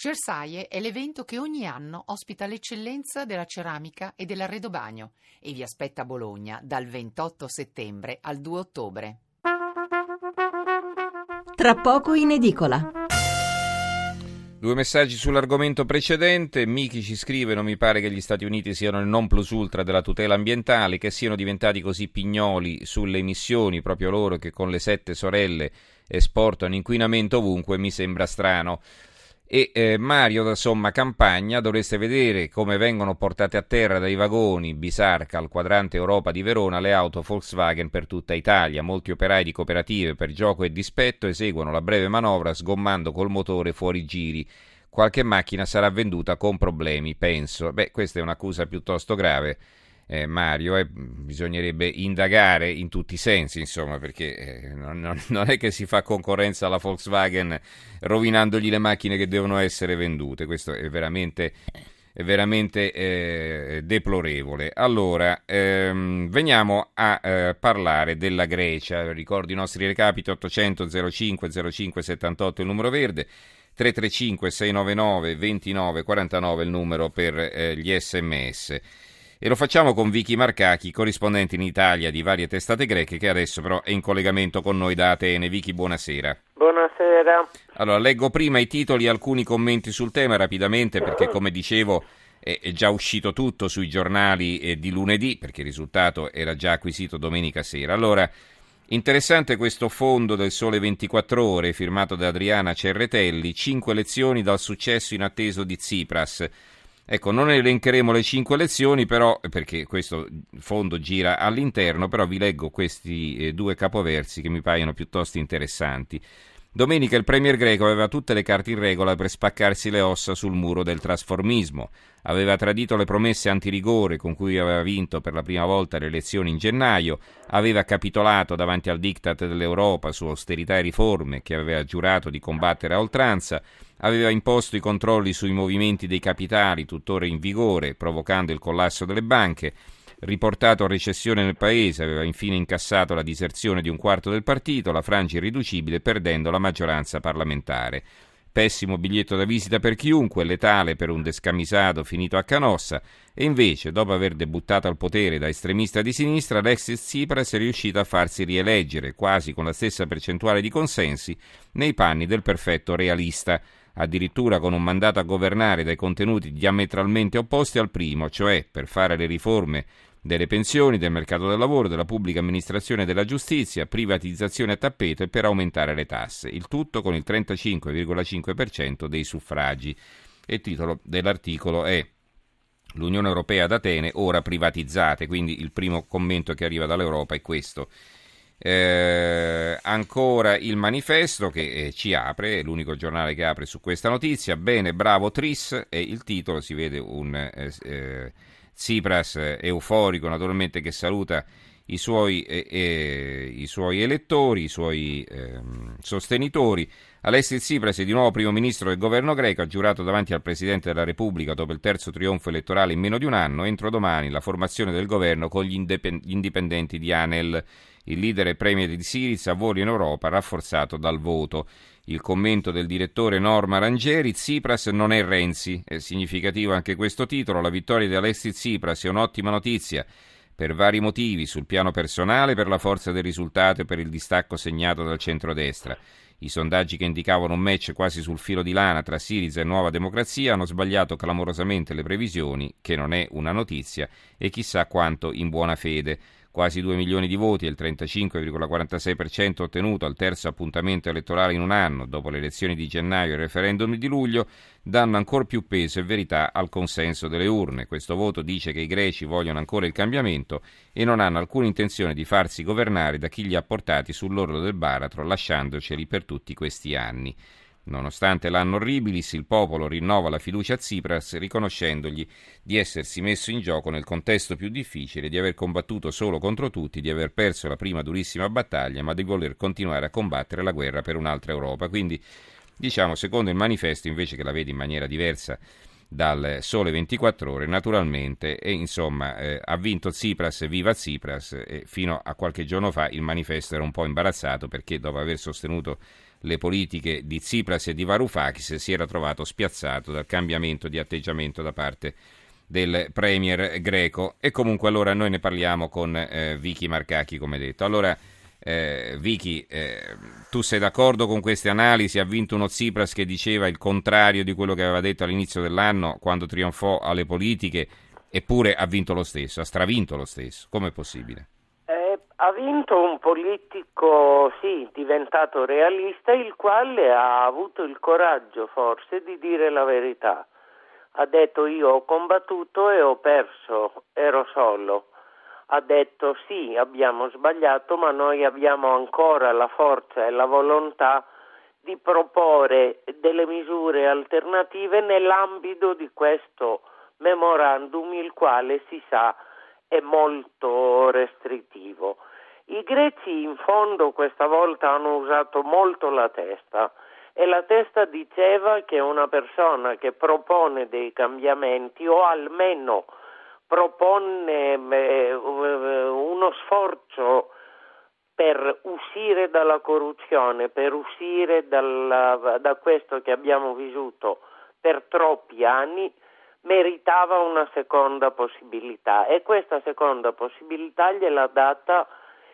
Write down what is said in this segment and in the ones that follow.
Cersaie è l'evento che ogni anno ospita l'eccellenza della ceramica e dell'arredobagno e vi aspetta a Bologna dal 28 settembre al 2 ottobre. Tra poco in edicola. Due messaggi sull'argomento precedente. Miki ci scrive: non mi pare che gli Stati Uniti siano il non plus ultra della tutela ambientale, che siano diventati così pignoli sulle emissioni, proprio loro che con le 7 sorelle esportano inquinamento ovunque, mi sembra strano. E Mario da Somma Campagna: dovreste vedere come vengono portate a terra dai vagoni Bisarca al quadrante Europa di Verona le auto Volkswagen per tutta Italia. Molti operai di cooperative per gioco e dispetto eseguono la breve manovra sgommando col motore fuori giri. Qualche macchina sarà venduta con problemi, penso. Questa è un'accusa piuttosto grave, Mario, bisognerebbe indagare in tutti i sensi, insomma, perché non è che si fa concorrenza alla Volkswagen rovinandogli le macchine che devono essere vendute. Questo è veramente deplorevole. Allora, veniamo a parlare della Grecia. Ricordo i nostri recapiti: 800 05 05 78 il numero verde, 335 699 29 49 il numero per gli sms. E lo facciamo con Vicky Marcachi, corrispondente in Italia di varie testate greche, che adesso però è in collegamento con noi da Atene. Vicky, buonasera. Buonasera. Allora, leggo prima i titoli e alcuni commenti sul tema rapidamente, perché come dicevo è già uscito tutto sui giornali di lunedì, perché il risultato era già acquisito domenica sera. Allora, interessante questo fondo del Sole 24 Ore, firmato da Adriana Cerretelli: 5 lezioni dal successo inatteso di Tsipras. Ecco, non elencheremo le 5 lezioni, però, perché questo fondo gira all'interno, però vi leggo questi 2 capoversi che mi paiono piuttosto interessanti. Domenica il premier greco aveva tutte le carte in regola per spaccarsi le ossa sul muro del trasformismo. Aveva tradito le promesse antirigore con cui aveva vinto per la prima volta le elezioni in gennaio, aveva capitolato davanti al diktat dell'Europa su austerità e riforme che aveva giurato di combattere a oltranza, aveva imposto i controlli sui movimenti dei capitali tuttora in vigore, provocando il collasso delle banche, riportato a recessione nel paese, aveva infine incassato la diserzione di un quarto del partito, la frangia irriducibile, perdendo la maggioranza parlamentare. Pessimo biglietto da visita per chiunque, letale per un descamisato finito a Canossa, e invece, dopo aver debuttato al potere da estremista di sinistra, Alexis Tsipras è riuscito a farsi rieleggere, quasi con la stessa percentuale di consensi, nei panni del perfetto realista, addirittura con un mandato a governare dai contenuti diametralmente opposti al primo, cioè per fare le riforme delle pensioni, del mercato del lavoro, della pubblica amministrazione e della giustizia, privatizzazione a tappeto e per aumentare le tasse, il tutto con il 35,5% dei suffragi. E il titolo dell'articolo è "L'Unione Europea ad Atene, ora privatizzate", quindi il primo commento che arriva dall'Europa è questo. Ancora il Manifesto che ci apre, è l'unico giornale che apre su questa notizia. Bene, bravo Tris, e il titolo, si vede un Tsipras euforico naturalmente che saluta i suoi elettori, i suoi sostenitori. Alexis Tsipras è di nuovo primo ministro del governo greco, ha giurato davanti al Presidente della Repubblica dopo il terzo trionfo elettorale in meno di un anno. Entro domani la formazione del governo con gli indipendenti di Anel. Il leader e premier di Syriza vola in Europa, rafforzato dal voto. Il commento del direttore Norma Rangeri: Tsipras non è Renzi. È significativo anche questo titolo. La vittoria di Alexis Tsipras è un'ottima notizia per vari motivi: sul piano personale, per la forza del risultato e per il distacco segnato dal centrodestra. I sondaggi che indicavano un match quasi sul filo di lana tra Syriza e Nuova Democrazia hanno sbagliato clamorosamente le previsioni, che non è una notizia, e chissà quanto in buona fede. Quasi 2 milioni di voti e il 35,46% ottenuto al terzo appuntamento elettorale in un anno, dopo le elezioni di gennaio e il referendum di luglio, danno ancor più peso e verità al consenso delle urne. Questo voto dice che i greci vogliono ancora il cambiamento e non hanno alcuna intenzione di farsi governare da chi li ha portati sull'orlo del baratro, lasciandoceli per tutti questi anni. Nonostante l'anno orribilis, il popolo rinnova la fiducia a Tsipras, riconoscendogli di essersi messo in gioco nel contesto più difficile, di aver combattuto solo contro tutti, di aver perso la prima durissima battaglia, ma di voler continuare a combattere la guerra per un'altra Europa. Quindi, diciamo, secondo il Manifesto, invece che la vede in maniera diversa dal Sole 24 Ore, naturalmente, e insomma, ha vinto Tsipras, viva Tsipras, e fino a qualche giorno fa il Manifesto era un po' imbarazzato perché dopo aver sostenuto le politiche di Tsipras e di Varoufakis, si era trovato spiazzato dal cambiamento di atteggiamento da parte del premier greco. E comunque allora noi ne parliamo con Vicky Marcacchi, come detto. Allora Vicky, tu sei d'accordo con queste analisi? Ha vinto uno Tsipras che diceva il contrario di quello che aveva detto all'inizio dell'anno quando trionfò alle politiche, eppure ha vinto lo stesso, ha stravinto lo stesso. Com'è possibile? Ha vinto un politico, sì, diventato realista, il quale ha avuto il coraggio forse di dire la verità. Ha detto: io ho combattuto e ho perso, ero solo. Ha detto: sì, abbiamo sbagliato, ma noi abbiamo ancora la forza e la volontà di proporre delle misure alternative nell'ambito di questo memorandum, il quale si sa è molto restrittivo. I greci in fondo questa volta hanno usato molto la testa, e la testa diceva che una persona che propone dei cambiamenti, o almeno propone uno sforzo per uscire dalla corruzione, per uscire da questo che abbiamo vissuto per troppi anni, meritava una seconda possibilità, e questa seconda possibilità gliel'ha data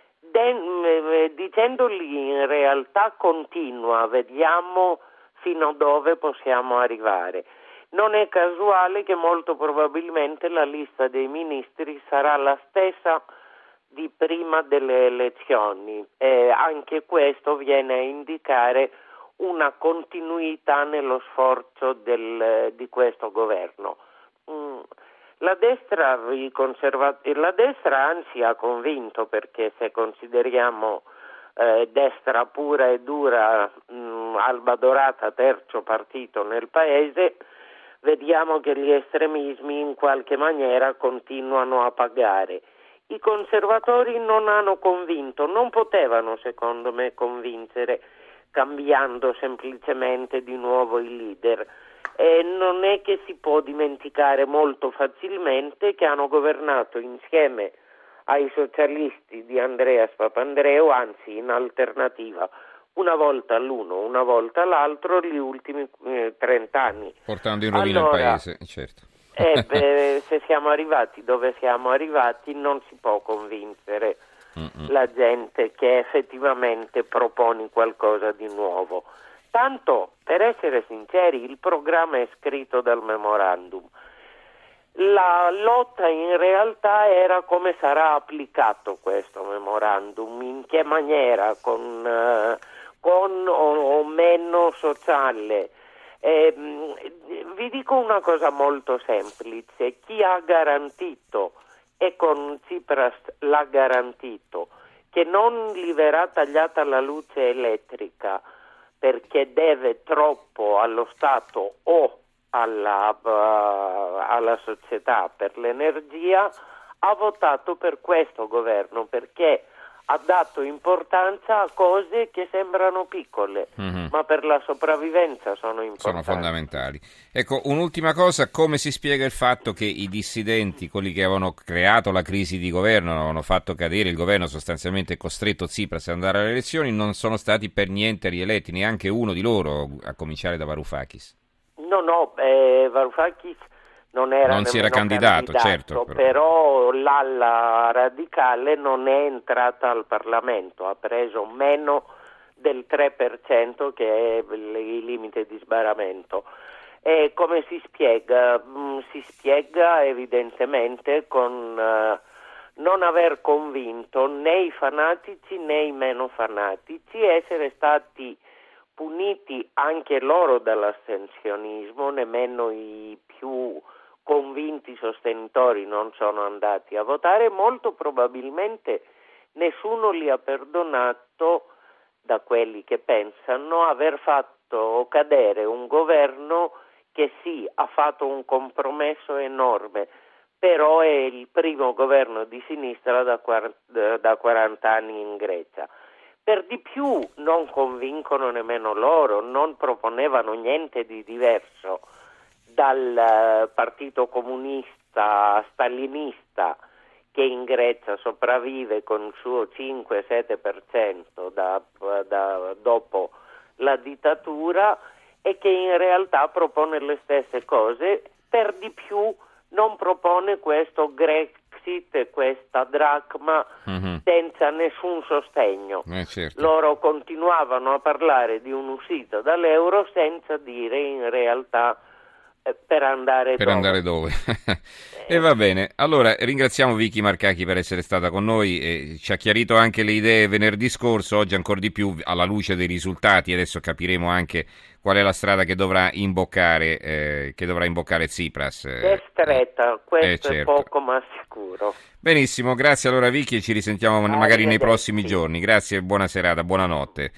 dicendogli in realtà: continua, vediamo fino a dove possiamo arrivare. Non è casuale che molto probabilmente la lista dei ministri sarà la stessa di prima delle elezioni, e anche questo viene a indicare una continuità nello sforzo di questo governo. La destra, la destra anzi ha convinto, perché se consideriamo destra pura e dura, Alba Dorata terzo partito nel paese, vediamo che gli estremismi in qualche maniera continuano a pagare. I conservatori non hanno convinto, non potevano secondo me convincere cambiando semplicemente di nuovo il leader. E non è che si può dimenticare molto facilmente che hanno governato insieme ai socialisti di Andreas Papandreou, anzi in alternativa, una volta l'uno, una volta l'altro, gli ultimi 30 anni. Portando in rovina il paese, certo. Se siamo arrivati dove siamo arrivati, non si può convincere la gente che effettivamente proponi qualcosa di nuovo. Tanto, per essere sinceri, il programma è scritto dal memorandum. La lotta in realtà era come sarà applicato questo memorandum, in che maniera, con o meno sociale. Vi dico una cosa molto semplice: chi ha garantito, e con Tsipras l'ha garantito, che non gli verrà tagliata la luce elettrica perché deve troppo allo Stato o alla società per l'energia, ha votato per questo governo, perché ha dato importanza a cose che sembrano piccole, ma per la sopravvivenza sono importanti. Sono fondamentali. Ecco, un'ultima cosa: come si spiega il fatto che i dissidenti, quelli che avevano creato la crisi di governo, avevano fatto cadere il governo, sostanzialmente costretto Tsipras ad andare alle elezioni, non sono stati per niente rieletti, neanche uno di loro, a cominciare da Varoufakis? No, Varoufakis non si era candidato, certo, però l'ala radicale non è entrata al Parlamento, ha preso meno del 3%, che è il limite di sbarramento. E come si spiega? Si spiega evidentemente con non aver convinto né i fanatici né i meno fanatici, essere stati puniti anche loro dall'astensionismo, nemmeno i più convinti sostenitori non sono andati a votare. Molto probabilmente nessuno li ha perdonato, da quelli che pensano, aver fatto cadere un governo che sì, ha fatto un compromesso enorme, però è il primo governo di sinistra da 40 anni in Grecia. Per di più non convincono nemmeno loro, non proponevano niente di diverso dal partito comunista stalinista, che in Grecia sopravvive con il suo 5-7% dopo la dittatura e che in realtà propone le stesse cose, per di più non propone questo Grexit e questa dracma senza nessun sostegno. Certo. Loro continuavano a parlare di un'uscita dall'euro senza dire in realtà per andare dove. E va bene, allora ringraziamo Vicky Marcacchi per essere stata con noi, ci ha chiarito anche le idee venerdì scorso, oggi ancora di più alla luce dei risultati. Adesso capiremo anche qual è la strada che dovrà imboccare Tsipras. È stretta, questo certo. È poco ma sicuro. Benissimo, grazie allora Vicky e ci risentiamo magari nei prossimi giorni. Grazie, buona serata, buonanotte.